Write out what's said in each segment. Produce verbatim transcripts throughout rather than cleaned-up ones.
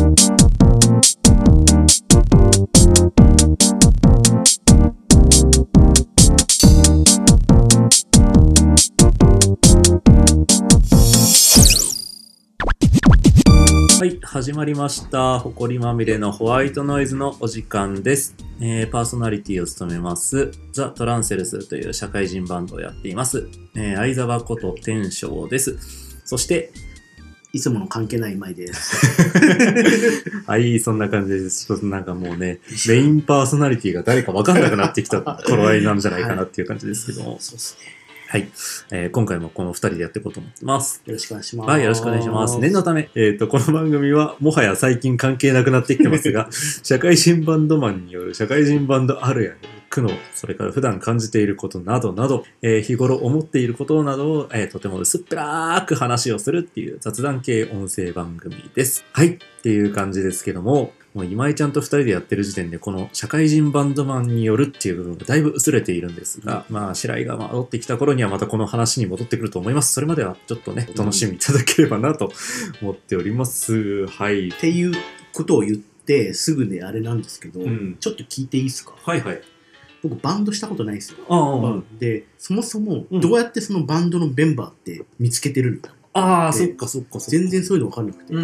はい、始まりました。ほこりまみれのホワイトノイズのお時間です。えー、パーソナリティを務めますザ・トランセルスという社会人バンドをやっています。えー、相沢こと天翔です。そしていつもの関係ない舞です。 はい、そんな感じです。ちょっとなんかもうね、メインパーソナリティが誰か分かんなくなってきた頃合いなんじゃないかなっていう感じですけども。 はい、そうですね。 はい、えー。今回もこのふたりでやっていこうと思ってます。 よろしくお願いします。 はい、よろしくお願いします。念のため、えっと、この番組はもはや最近関係なくなってきてますが、社会人バンドマンによる社会人バンドあるや苦悩、それから普段感じていることなどなど、えー、日頃思っていることなどを、えー、とても薄っぺらーく話をするっていう雑談系音声番組です。はい、っていう感じですけども、もう今井ちゃんとふたりでやってる時点でこの社会人バンドマンによるっていう部分がだいぶ薄れているんですが、うん、まあ白井が戻ってきた頃にはまたこの話に戻ってくると思います。それまではちょっとね、お楽しみいただければなと思っております。はい。 っていうことを言ってすぐであれなんですけど、うん、ちょっと聞いていいですか？ はいはい。 僕バンドしたことないですよ。 ああ、うん、 でそもそもどうやってそのバンドのメンバーって見つけてるんだ、うん、 ああ、そっかそっかそっか。 全然そういうの分かんなくて。 うん。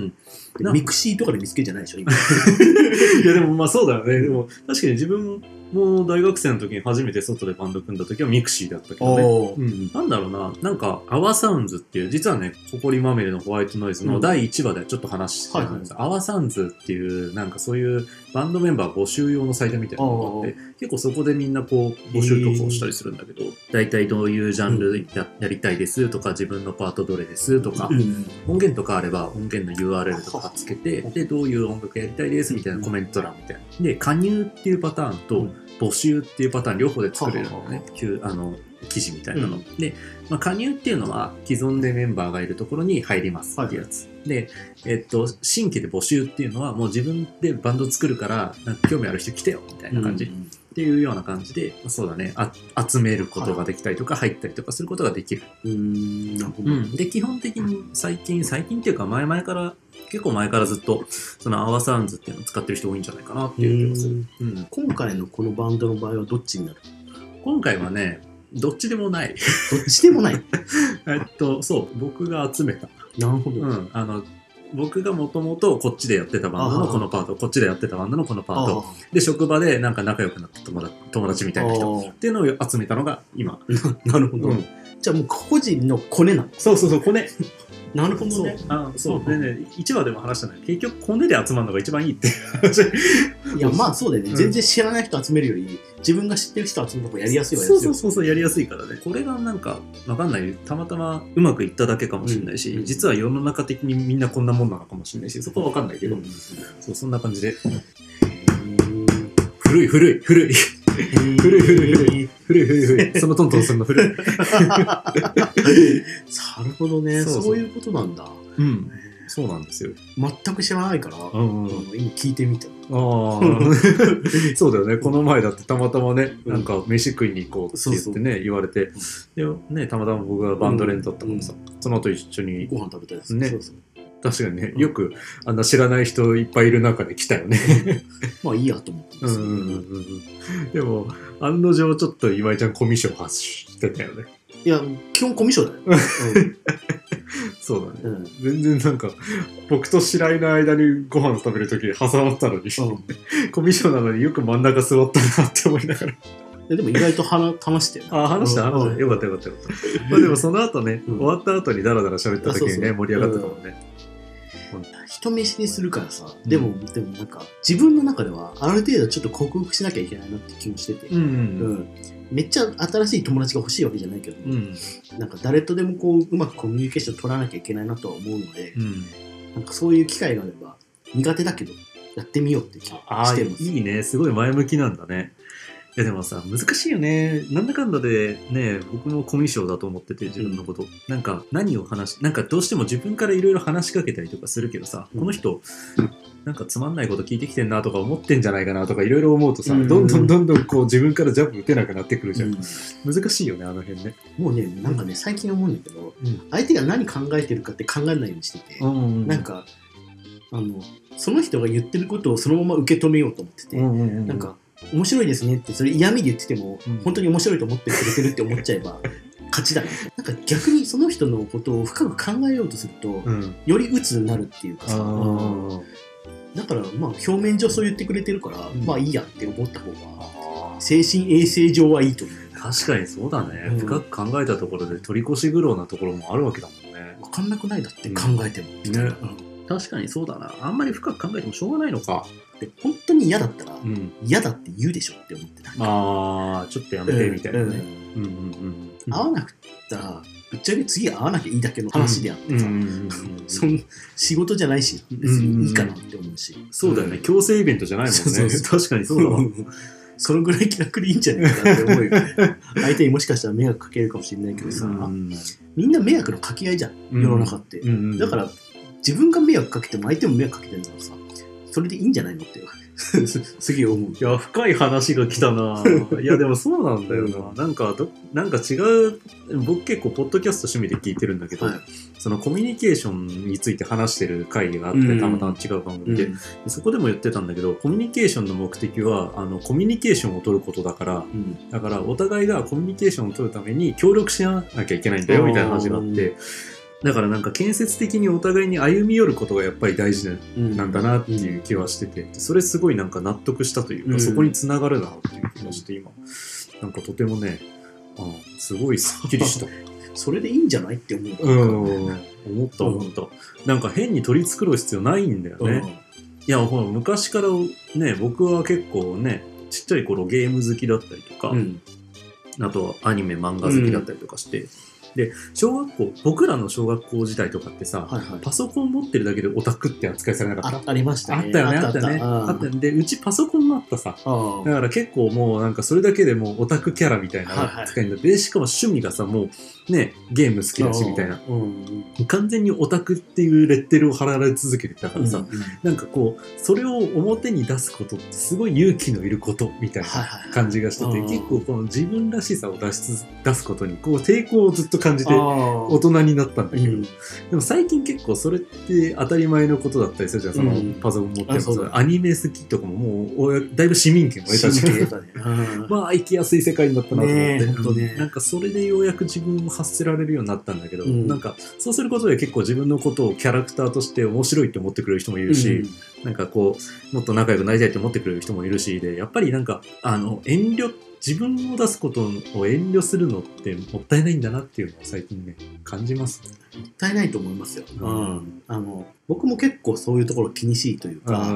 ミクシーとかで見つけじゃないでしょ今。 いやでもまあそうだよね。でも確かに自分も大学生の時に初めて外でバンド組んだ時はミクシーだったけどね。うん、なんだろうな、なんかアワサウンズっていう実はね、ほこりまみれのホワイトノイズのだいいちわでちょっと話してるんです。アワサウンズっていうなんかそういうバンドメンバー募集用のサイトみたいなのがあって、結構そこでみんなこう募集とかをしたりするんだけど、大体どういうジャンル や,、やりたいですとか、自分のパートどれですとか、うん、音源とかあれば音源の ユーアールエル とかつけて、でどういう音楽やりたいですみたいなコメント欄みたいな。で加入っていうパターンと、うん、募集っていうパターン両方で作れるのね、あの記事みたいなの、うん、で、まあ、加入っていうのは既存でメンバーがいるところに入りますっていうやつ、はい、で、えっと、新規で募集っていうのはもう自分でバンド作るからなんか興味ある人来てよみたいな感じ、うん、っていうような感じで、そうだね、あ集めることができたりとか入ったりとかすることができる。 うーん、なるほど。 うん、で基本的に最近最近っていうか前々から結構前からずっとそのアワサウンズっていうのを使ってる人多いんじゃないかなっていう気がする。 うん、今回のこのバンドの場合はどっちになる？ 今回はね、どっちでもない。 どっちでもないえっとそう僕が集めた。 なるほど。 うん、あの僕がもともとこっちでやってたバンドのこのパート、こっちでやってたバンドのこのパートで、職場でなんか仲良くなった友達、友達みたいな人っていうのを集めたのが今。 なるほど、うん、じゃあもう個人のコネなの？ そうそうそう、コネ。 なるほどね。 あそうでね、いちわでも話したのに結局コネで集まるのが一番いいって話。 いやまあそうだよね、うん、全然知らない人集めるより自分が知ってる人集めた方がやりやすいわよ。 そうそうそうそう、やりやすいからね。これがなんかわかんない、たまたまうまくいっただけかもしれないし、うん、実は世の中的にみんなこんなもんなのかもしれないし、そこはわかんないけど、うん、そうそんな感じで。古い古い古い古い古い古い古い古い古いそのトントンするの古い。 なるほどね。そうそう、そういうことなんだ。 うん、そうなんですよ。 全く知らないから、うんうん、今聞いてみた。 あそうだよね。この前だってたまたまね、うん、なんか飯食いに行こうって言ってね、そうそう言われて、でね、たまたま僕がバンド練だったからさ、うん、その後一緒にご飯食べたやつね。そうそう、確かにね、よくあんな知らない人いっぱいいる中で来たよね。 まあいいやと思ってます、ね。うんうんうんうん、でも案の定ちょっと今井ちゃんコミュ障発してたよね。 いや基本コミュ障だよ。うん、 そうだね、うん、全然なんか僕と白井の間にご飯食べるとき挟まったのに、うん、コミュ障なのによく真ん中座ったなって思いながら。 でも意外と話してる。 あ、話した話した。よかったよかったよかった。まあでもその後ね、うん、終わった後にダラダラ喋った時にね、そうそう盛り上がってたもんね。 うん、人見知りするからさ、でも、うん、でもなんか自分の中ではある程度ちょっと克服しなきゃいけないなって気もしてて、うんうんうん、めっちゃ新しい友達が欲しいわけじゃないけど、うん、なんか誰とでもこううまくコミュニケーション取らなきゃいけないなとは思うので、うん、なんかそういう機会があれば苦手だけどやってみようって気がしてます。 いいね、すごい前向きなんだね。いやでもさ、難しいよね。なんだかんだでね、僕もコミュ障だと思ってて、自分のこと、うん、なんか何を話し、なんかどうしても自分からいろいろ話しかけたりとかするけどさ、うん、この人なんかつまんないこと聞いてきてんなとか思ってんじゃないかなとかいろいろ思うとさ、うん、どんどんどんどんこう自分からジャブ打てなくなってくるじゃん、うん、難しいよね、あの辺ね。 もうね、なんかね、最近思うんだけど、うん、相手が何考えてるかって考えないようにしてて、うんうんうん、なんかあのその人が言ってることをそのまま受け止めようと思ってて、うんうんうん、なんか面白いですねってそれ嫌味で言ってても、うん、本当に面白いと思ってくれてるって思っちゃえば勝ちだね。なんか逆にその人のことを深く考えようとすると、うん、より鬱になるっていうかさ、だからまあ表面上そう言ってくれてるから、うん、まあいいやって思った方が精神衛生上はいいと思う。 確かにそうだね、うん、深く考えたところで取り越し苦労なところもあるわけだもんね。 分かんなくないだって考えても、 うん、ね、うん、確かにそうだな。あんまり深く考えてもしょうがないのか。 で本当に嫌だったら、うん、嫌だって言うでしょって思ってた。 ああちょっとやめてみたいなね。 合わなくったらぶっちゃけ次会わなきゃいいだけの話であってさ、そん仕事じゃないし別にいいかなって思うし、うんうん、 そうだよね、強制イベントじゃないもんね。そうそうそう、確かにそうだわそのぐらい気楽でいいんじゃないかなって思うよ相手にもしかしたら迷惑かけるかもしれないけどさ、うん、みんな迷惑のかけ合いじゃん、うん、世の中って、うんうん、だから自分が迷惑かけても相手も迷惑かけてるんだからさ、それでいいんじゃないのってすげえ思う。 いや深い話が来たないやでもそうなんだよな、うん、なんかどなんか違う、僕結構ポッドキャスト趣味で聞いてるんだけど、はい、そのコミュニケーションについて話してる会があって、うん、たまたま違う番組で、うん、そこでも言ってたんだけど、コミュニケーションの目的はあのコミュニケーションを取ることだから、うん、だからお互いがコミュニケーションを取るために協力しなきゃいけないんだよみたいな話があって、だからなんか建設的にお互いに歩み寄ることがやっぱり大事なんだなっていう気はしてて、それすごいなんか納得したというか、そこにつながるなっていう気がして今なんかとてもね、あすごいすっきりしたそれでいいんじゃないって思う、 うん思った思った、うん、なんか変に取り繕う必要ないんだよね、うん、いやほら昔からね僕は結構ねちっちゃい頃ゲーム好きだったりとか、うん、あとはアニメ漫画好きだったりとかして、うんで小学校僕らの小学校時代とかってさ、はいはい、パソコン持ってるだけでオタクって扱いされなかった。 あ, ありましたね。 あったよねあったねあったんで、うちパソコンもあったさ、だから結構もうなんかそれだけでもうオタクキャラみたいな扱いになって、はいはい、でしかも趣味がさもうねゲーム好きだしみたいな、うん、完全にオタクっていうレッテルを貼られ続けてたからさ、うんうん、なんかこうそれを表に出すことってすごい勇気のいることみたいな感じがしてて、はいはいはい、結構この自分らしさを出し出すことにこう抵抗をずっと感じて大人になったんだけど、うん、でも最近結構それって当たり前のことだったりするじゃん、そのパソコン持ってもさ、うん、アニメ好きとかももうだいぶ市民権を得た時期、ね、まあ生きやすい世界になったなと思って、ね、なんかそれでようやく自分を発せられるようになったんだけど、うん、なんかそうすることで結構自分のことをキャラクターとして面白いって思ってくれる人もいるし、うん、なんかこうもっと仲良くなりたいって思ってくれる人もいるしで、やっぱりなんかあの遠慮自分を出すことを遠慮するのってもったいないんだなっていうのを最近ね感じます。 もったいないと思いますよ、うん、あの僕も結構そういうところ気にしいというか、うん、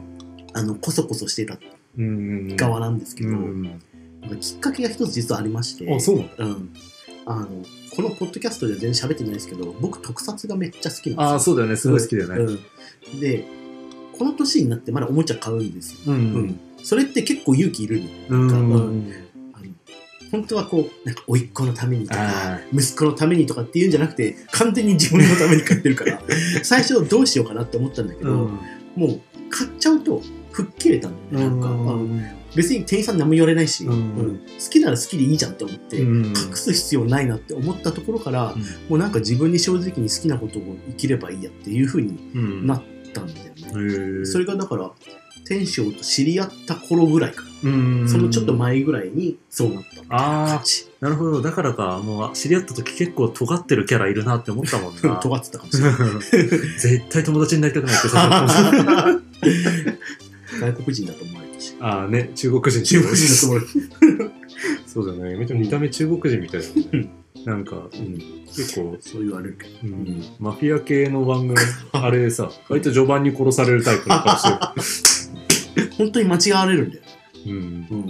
あのコソコソしてた側なんですけど、うん、なんかきっかけが一つ実はありまして、 あそうなんだ、 うん、あのこのポッドキャストでは全然喋ってないですけど、僕特撮がめっちゃ好きなんですよ。 あそうだよね、すごい好きだよね、 うん、でこの年になってまだおもちゃ買うんですよ、うんうん、それって結構勇気いるの、なんか、うん、本当はこうなんか甥っ子のためにとか息子のためにとかっていうんじゃなくて完全に自分のために買ってるから最初どうしようかなって思ったんだけど、うん、もう買っちゃうと吹っ切れたんだよね、なんか、うん、別に店員さん何も言われないし、うんうん、好きなら好きでいいじゃんって思って、うん、隠す必要ないなって思ったところから、うん、もうなんか自分に正直に好きなことを生きればいいやっていう風になったんだよね、うん、それがだから天翔と知り合った頃ぐらいかな、うんそのちょっと前ぐらいにそうなったみたいな感じ。 なるほど、だからかもう知り合った時結構尖ってるキャラいるなって思ったもんな尖ってたかもしれない絶対友達になりたくないってさ外国人だと思われたし、 ああね、中国人中国人だと思われたそうだね、めっちゃ見た目中国人みたいだもんねなんか、うん、結構そう言われるけど、うんうん、 マフィア系の番組あれさ割と序盤に殺されるタイプの顔してる本当に間違われるんだよ、 うんうん、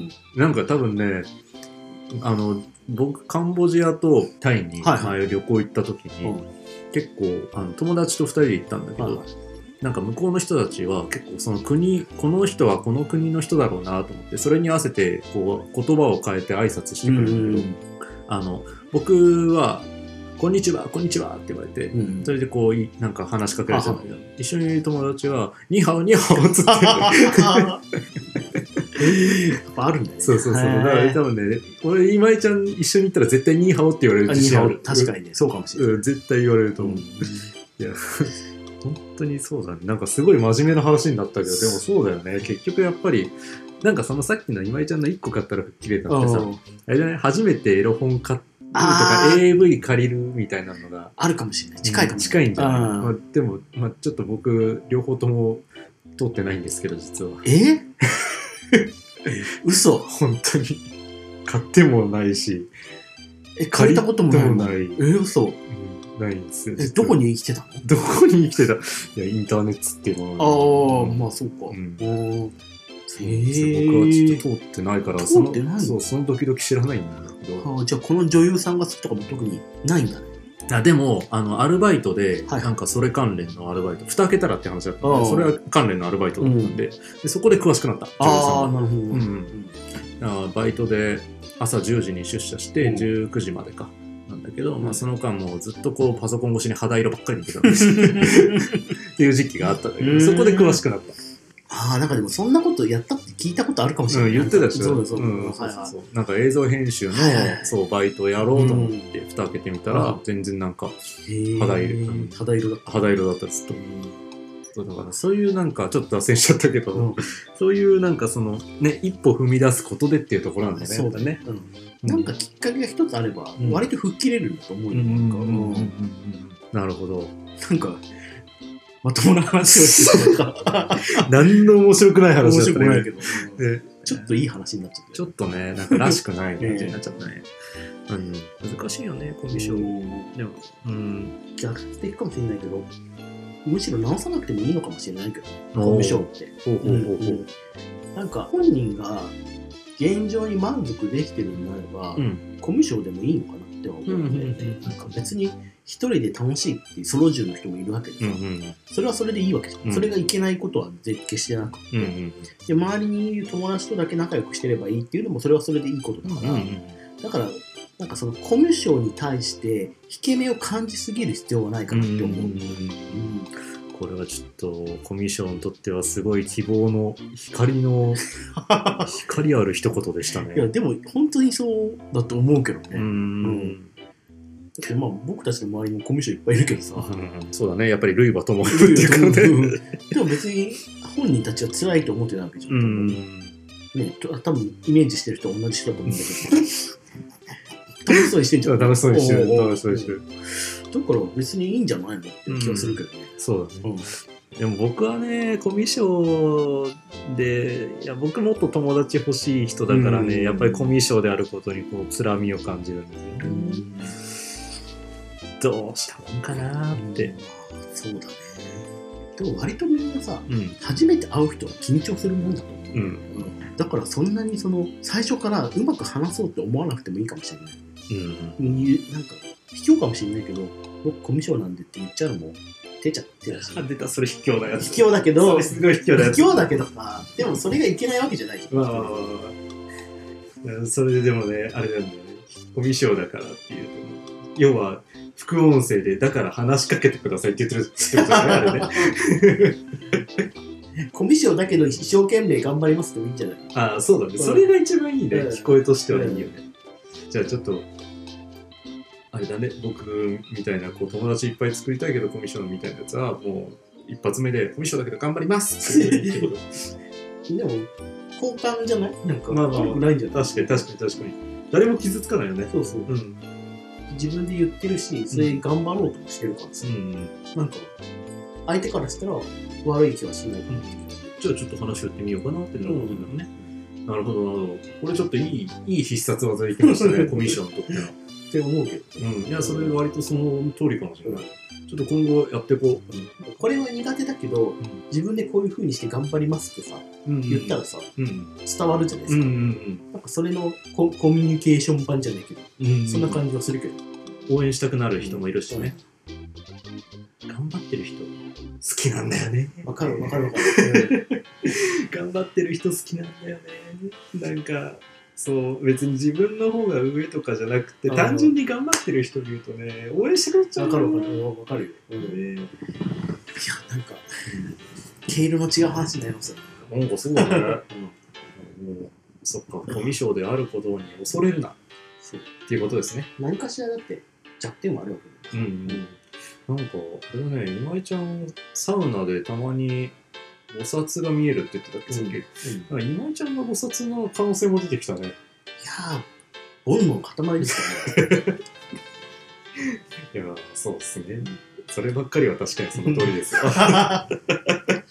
なんか多分ねあの僕カンボジアとタイに前旅行行った時に、はいはい、結構あの友達とふたりで行ったんだけど、はいはい、なんか向こうの人たちは結構その国この人はこの国の人だろうなと思ってそれに合わせてこう言葉を変えて挨拶してくれるんだけど、あの僕はこんにちはこんにちはって言われて、うん、それでこうなんか話しかけられたんだけど、一緒にいる友達はニハオニハオっつってやっぱあるんだね。 そうそうそう。だから多分ね、俺今井ちゃん一緒に行ったら絶対ニーハオって言われる自信ある。 確かにね、そうかもしれない。 うん、絶対言われると思う。うん、いや本当にそうだね。なんかすごい真面目な話になったけど、でもそうだよね。結局やっぱり、なんかそのさっきの今井ちゃんのいっこ買ったら吹っ切れたってさ、あれじゃない、初めてエロ本買って、とか エーブイ 借りるみたいなのがあるかもしれない。近いかもしれない。近いんじゃない、まあ、でも、まあ、ちょっと僕両方とも通ってないんですけど実は。 え嘘。 本当に買ってもないし、 え借りたこともない。 ない。 え嘘、 うん、ないんですよ。 えどこに生きてたの？ どこに生きてた？いやインターネットっていうもの。ああ、うん、まあそうか。うん、 えー、僕はちょっと通ってないから、 通ってない。 そう、その時々知らないんだけど。 はあ、じゃあこの女優さんが好きとかも特にないんだね。 あでもあのアルバイトで、はい、なんかそれ関連のアルバイト、蓋開けたらって話だったんで、それは関連のアルバイトだったんで、うん、でそこで詳しくなった。 ああ、なるほど。うんうんあバイトで朝じゅうじに出社して、うん、じゅうくじまでかなんだけど、うんまあ、その間もうずっとこうパソコン越しに肌色ばっかり見てたんですっていう時期があったんだけど、そこで詳しくなった。 ああ、なんかでもそんなことやったって聞いたことあるかもしれない。 うん、言ってたでしょ。 そうです、そうです。 うん、そうそうそう。なんか映像編集の、はいはい、そう、バイトやろうと思って、蓋開けてみたら、うん、全然なんか、肌色、うん、 肌色だった。 肌色だったずっと。そうだからそういうなんか、ちょっと脱線しちゃったけど、うん、そういうなんかその、ね、一歩踏み出すことでっていうところなんだよね。 そうだね。うん、なんかきっかけが一つあれば、割と吹っ切れるんだと思うよ。 なるほど。 なんか、まともな話をしてたか何の面白くない話だったね。 面白くないけど、ね、ちょっといい話になっちゃった。 ちょっとね、なんからしくない感じになっちゃったね。うん、難しいよね、コミュ障。でも、うん、 逆的かもしれないけど、むしろ直さなくてもいいのかもしれないけど、コミュ障って。ほうほうほうほう。なんか本人が現状に満足できてるんであれば、うん、コミュ障でもいいのかなっては思うんで、うん、なんか別に一人で楽しいっていうソロジュの人もいるわけでさ、うんうん、それはそれでいいわけじゃん、うん、それがいけないことは絶決してなくて、うんうん、で周りにいる友達とだけ仲良くしてればいいっていうのもそれはそれでいいことだから、うんうん、だからなんかそのコミュ障に対して引け目を感じすぎる必要はないかなって思う、うんうんうん、 これはちょっとコミュ障にとってはすごい希望の光の光ある一言でしたね。 いやでも本当にそうだと思うけどね。うんうんだってまあ僕たちの周りにもコミュ障いっぱいいるけどさ、 うん、そうだねやっぱり類は友っていうかねでも別に本人たちは辛いと思ってないわけじゃん、うんね、多分イメージしてる人は同じ人だと思うんだけど楽しそうにしてんじゃん。 楽しそうにしてる楽しそうにしてるだから別にいいんじゃないのって気がするけどね、 うん、そうだね、うん、でも僕はねコミュ障でいや僕もっと友達欲しい人だからね、うん、やっぱりコミュ障であることにこう辛みを感じるんですよね、うんどうしたもんかなって、うん、 そうだね。でも割とみんなさ、うん、初めて会う人は緊張するもんだと思う、うんうん、だからそんなにその最初からうまく話そうって思わなくてもいいかもしれない、うん、なんか卑怯かもしれないけど僕コミュ障なんでって言っちゃうのも出ちゃってるしあ出たそれ卑怯だよ卑怯だけどそれすごい卑怯だよ卑怯だけどさでもそれがいけないわけじゃないじゃん、まあ、それででもねあれなんだよねコミュ障だからっていうと要は副音声でだから話しかけてくださいって言ってるってことだねあれねコミュ障だけど一生懸命頑張りますってもいいんじゃない？ ああそうだね、うん、それが一番いいね、うん、聞こえとしてはいいよね、うん、じゃあちょっとあれだね僕みたいなこう友達いっぱい作りたいけどコミュ障みたいなやつはもう一発目でコミュ障だけど頑張りますって言うことでも交換じゃないなんかまあまあないんじゃない？ 確かに確かに確かに誰も傷つかないよね。 そうそう、うん、自分で言ってるしそれ頑張ろうとしてるからさ、うん、なんか相手からしたら悪い気はしないかなって、うん、 じゃあちょっと話をってみようかなってなるほどね、うん、なるほどなるほどこれちょっといいいい必殺技いきましたねコミュ障にとってはって思うけど、 うん、いやそれ割とその通りかもしれない、うん、ちょっと今後やっていこう、うん、 これは苦手だけど、うん、自分でこういう風にして頑張りますってさ、うん、言ったらさ、うん、伝わるじゃないですか、うんうんうん、なんかそれの コ, コミュニケーション版じゃないけど、うんうん、そんな感じはするけど応援したくなる人もいるしね、うん、頑張ってる人好きなんだよねわかるわかるわかる頑張ってる人好きなんだよねなんかそう別に自分の方が上とかじゃなくて単純に頑張ってる人見るとね応援してくれちゃうわかるわかるわかるよ、うん、いやなんか毛色の違う話になりますよなんかそうだね、うん、もうそっかコミュ障であることに恐れるなっていうことですね。 何かしらだって弱点はあるわけです、うんうん、 なんか、あれだね、今井ちゃん、サウナでたまに菩薩が見えるって言ってたっけ、さっき。うんうん、今井ちゃんが菩薩の可能性も出てきたね。いやー、煩悩の塊ですからね。 いやー、そうですね。そればっかりは確かにその通りですよ。